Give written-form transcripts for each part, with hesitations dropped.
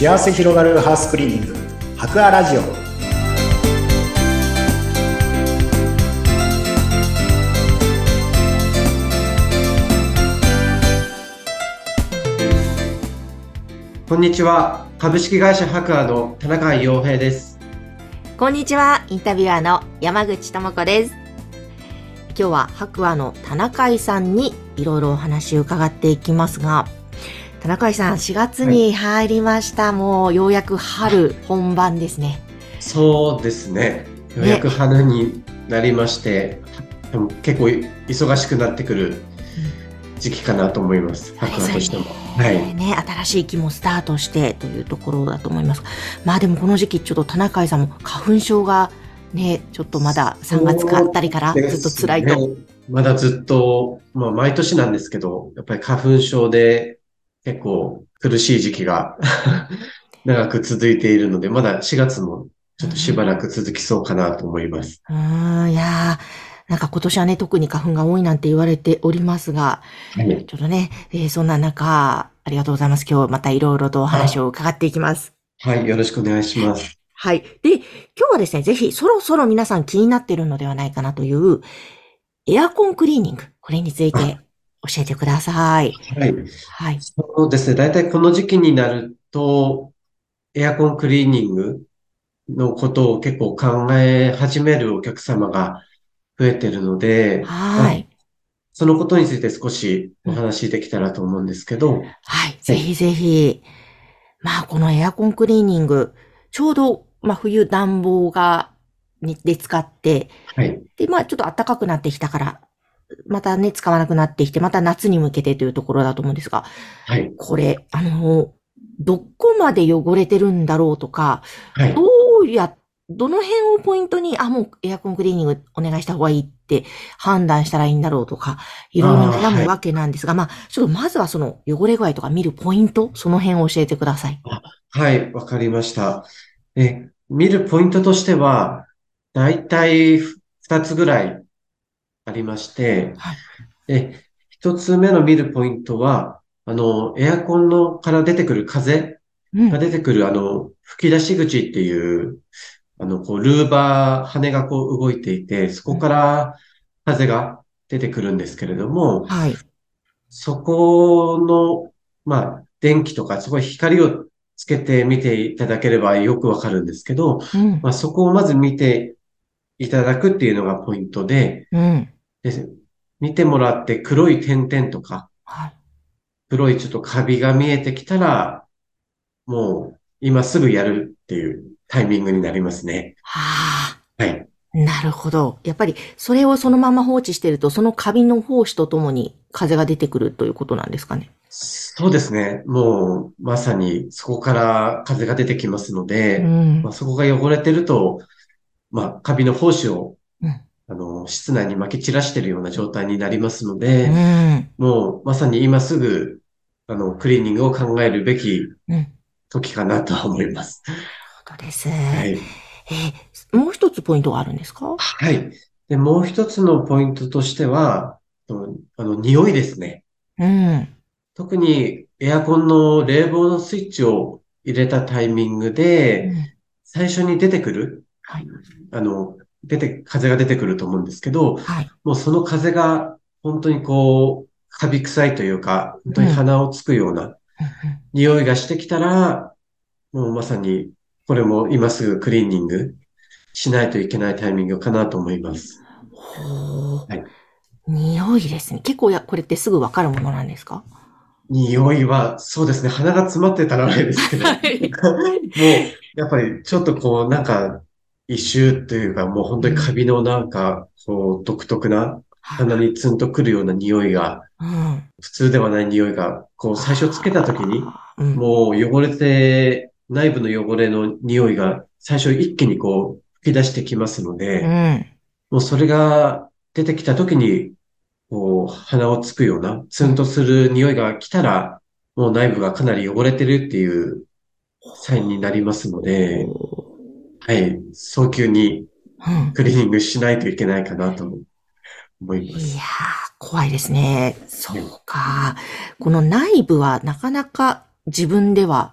幸せ広がるハウスクリーニング博アラジオ。 こんにちは。株式会社博アの田中洋平です。 こんにちは。インタビュアーの山口智子です。今日は博アの田中井さんにいろいろお話を伺っていきますが、田中井さん、4月に入りました。はい、もうようやく春本番ですね。 そうですね。ようやく春になりまして、結構忙しくなってくる時期かなと思います。博アとしても。はい。 ね、新しい期もスタートしてというところだと思います。まあでもこの時期ちょっと田中井さんも花粉症がね、ちょっとまだ3月かあたりからずっと辛いと。 まだずっと、毎年なんですけど、やっぱり花粉症で結構苦しい時期が長く続いているので、まだ4月もちょっとしばらく続きそうかなと思います。 いやなんか今年はね、特に花粉が多いなんて言われておりますが、 はい、 ちょっとね、そんな中、ありがとうございます。今日またいろいろとお話を伺っていきます。 はい、よろしくお願いします。 はい。で、今日はですね、ぜひそろそろ皆さん気になっているのではないかなという、エアコンクリーニング、これについて教えてください。 はい。 はい。 そうですね。だいたいこの時期になると、エアコンクリーニングのことを結構考え始めるお客様が増えてるので、 はい。 そのことについて少しお話しできたらと思うんですけど、 はい。 はい。 ぜひぜひ。まあ、このエアコンクリーニング、ちょうど、冬暖房で使って、 はい。 で、ちょっと暖かくなってきたから、またね、使わなくなってきて、また夏に向けてというところだと思うんですが、 はい。 これ、どこまで汚れてるんだろうとか、 はい。 どうや、どの辺をポイントに、もうエアコンクリーニングお願いした方がいいって判断したらいいんだろうとか、いろいろ悩はい。 むわけなんですが、ちょっとまずはその汚れ具合とか見るポイント、その辺を教えてください。 はい。わかりました。見るポイントとしては、だいたい2つぐらいありまして、 はい。 1つ目の見るポイントは、エアコンのから出てくる風うん。 が出てくる、吹き出し口っていう、ルーバー、羽がこう動いていて、そこから風が出てくるんですけれども、 はい。 そこの、電気とかすごい光をつけて見ていただければよくわかるんですけど、 うん。 そこをまず見ていただくっていうのがポイントで、 うん。 で見てもらって黒い点々とか、 はい。 黒いちょっとカビが見えてきたら、もう今すぐやるっていうタイミングになりますね。 はあ。 はい。 なるほど。やっぱり、それをそのまま放置してると、そのカビの胞子とともに風が出てくるということなんですかね。 そうですね。もうまさにそこから風が出てきますのうで、 ん。 そこが汚れてると、カビの胞子を、 うん。 室内に撒き散らしているような状態になりますのうで、 ん。 もうまさに今すぐ、クリーニングを考えるべきうん。 時かなとは思います。 そうです。 はい。 もう一つポイントがあるんですか？ はい。で、もう一つのポイントとしては、匂いですね。 うん。 特にエアコンの冷房のスイッチを入れたタイミングで、 うん。 最初に出てくる、 はい。 風が出てくると思うんですけど、 はい。 もうその風が本当にこう、カビ臭いというか、本当にうん。うん。 鼻をつくような匂いがしてきたら、もうまさに、これも今すぐクリーニングしないといけないタイミングかなと思います。 ほはい。 う。匂いですね。結構これってすぐわかるものなんですか？ 匂いは、そうですね、鼻が詰まってたらあれですけど、 はい。 もう、やっぱりちょっとこう、なんか、異臭というか、もう本当にカうん。 ビのなんか、こう、独特な、鼻にツンとくるような匂いが、 うん。 普通ではない匂いが、こう、最初つけた時に、 うん。 もう汚れて、内部の汚れの匂いが、最初一気にこう、吹き出してきますので、 うん。 もうそれが出てきた時に、こう、鼻をつくような、ツンとする匂いが来たら、もう内部がかなり汚れてるっていうサインになりますので、はい、早急にうん。 クリーニングしないといけないかなと思いまいやー、 す。 怖いですね。そうはい。 か。この内部はなかなか自分では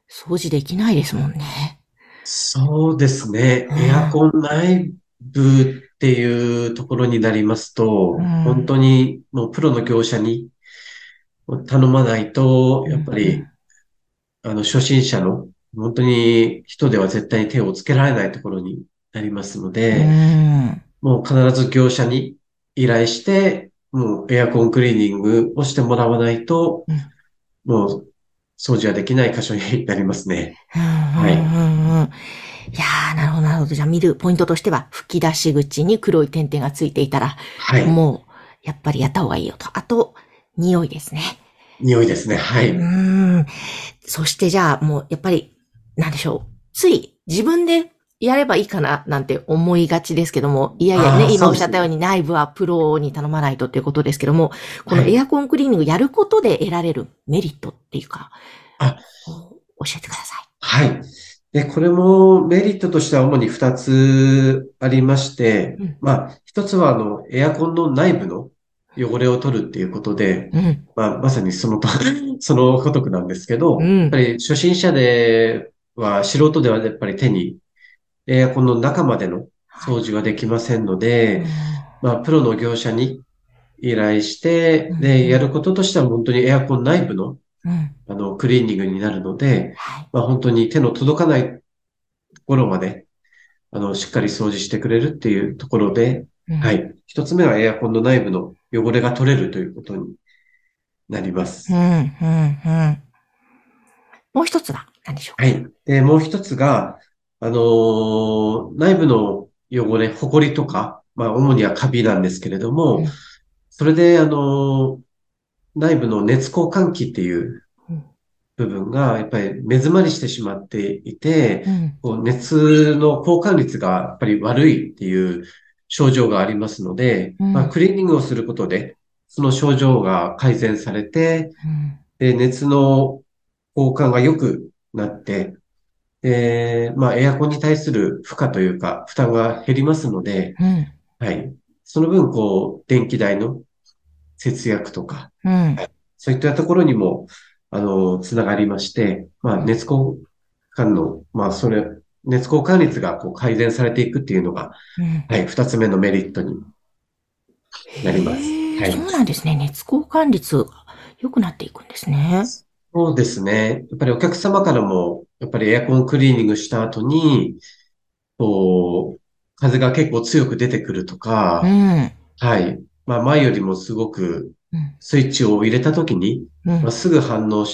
掃除できないですもんね。 そうですね。 うんエアコン内部っていうところになりますと、本当にもうプロの業者に頼まないと、やっぱり、初心者の本当に人では絶対に手をつけられないところになりますのうで、 ん。 もう必ず業者に依頼して、もうエアコンクリーニングをしてもらわないと、 うんもう掃除はできない箇所になりますね。 うんはい。 うんうん。いやー、なるほど、なるほど。じゃあ見るポイントとしては、吹き出し口に黒い点々がついていたら、 はい。 もう、やっぱりやった方がいいよと。あと、匂いですね。 匂いですね。はうい。 ーん。そしてじゃあ、もう、やっぱり、なんでしょう。つい、自分でやればいいかな、なんて思いがちですけども、いやいやね、 ああ、 今そうですね。 おっしゃったように内部はプロに頼まないとっていうことですけども、こはい。 のエアコンクリーニングやることで得られるメリットっていうか、 あ、 教えてくださはい。で、これもメリットとしては主に2つありまして、 い。うん。 まあ、1つはエアコンの内部の汚れを取るっていうことで、 うん。 まあ、まさにそのと、そのごとくなんですけど、やっぱうん。 り初心者では、素人ではやっぱり手にエアコンの中までのはい。 掃除はできませんのうん。 で、まあ、プロの業者に依頼して、 うん。 で、やることとしては本当にエアコン内部のうん。 クリーニングになるので、 はい。 まあ、本当に手の届かないところまで、しっかり掃除してくれるっていうところで、 うん。 はい。一つ目はエアコンの内部の汚れが取れるということになりまうん。 す。 うん。うん。もう一つは何でしょうか？ はい。で、もう一つが、内部の汚れ、ホコリとか、まあ、主にはカビなんですけれども、 うん。 それで、内部の熱交換器っていううん。 部分が、やっぱり目詰まりしてしまっていて、 うん。 こう熱の交換率がやっぱり悪いっていう症状がありますので、まあ、 うん。 クリーニングをすることで、その症状が改善されて、 うん。 で、熱の交換が良くなって、で、まあ、エアコンに対する負荷というか、負担が減りますので、 うん。 はい。その分、電気代の節約とか、 うん。 そういったところにも、つながりまして、まあ、熱交換の、まあ、熱交換率が改善されていくっていうのが、 うん。 はい、二つ目のメリットになります。 へえ、そはい。 うなんですね。熱交換率が良くなっていくんですね。 そうですね。やっぱりお客様からも、やっぱりエアコンクリーニングした後に、風が結構強く出てくるとか、 うん。 はい。まあ、前よりもすごく、 うん。 スイッチを入れた時に、まあ、 うん。 すぐ反応して、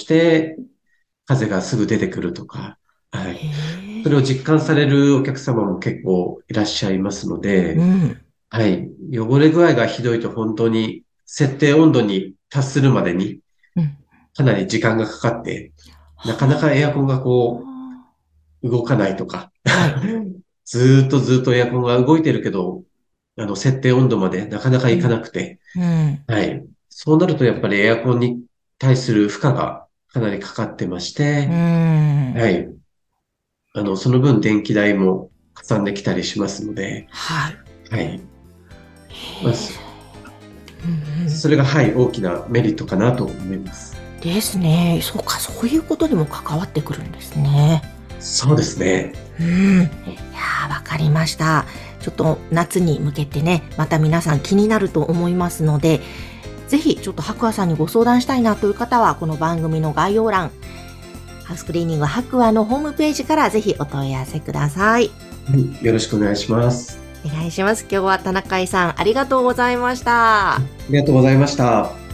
風がすぐ出てくるとか、はい。 へそれをえ。 実感されるお客様も結構いらっしゃいますので、 うん。 はい。汚れ具合がひどいと本当に設定温度に達するまでにうん。 かなり時間がかかって、なかなかエアコンがは動かないとか、 あ。はい。 ずーっとエアコンが動いてるけど、設定温度までなかなかいかうん。 なくて、 うん。 はい。そうなるとやっぱりエアコンに対する負荷がかなりかかってましうて、 ん。 はい。その分電気代もかさんできたりしますので、 はい。 はい。まあ、 へえ。うんうん。 それが、はい、大きなメリットかなと思います。 ですね。そうか、そういうことにも関わってくるんですね。 そうですね。 うん。いやー、わかりました。ちょっと夏に向けてね、また皆さん気になると思いますので、ぜひちょっと白亜さんにご相談したいなという方は、この番組の概要欄、ハウスクリーニング白亜のホームページからぜひお問い合わせください。 はい、よろしくお願いします。 お願いします。今日は田中井さん、ありがとうございました。 ありがとうございました。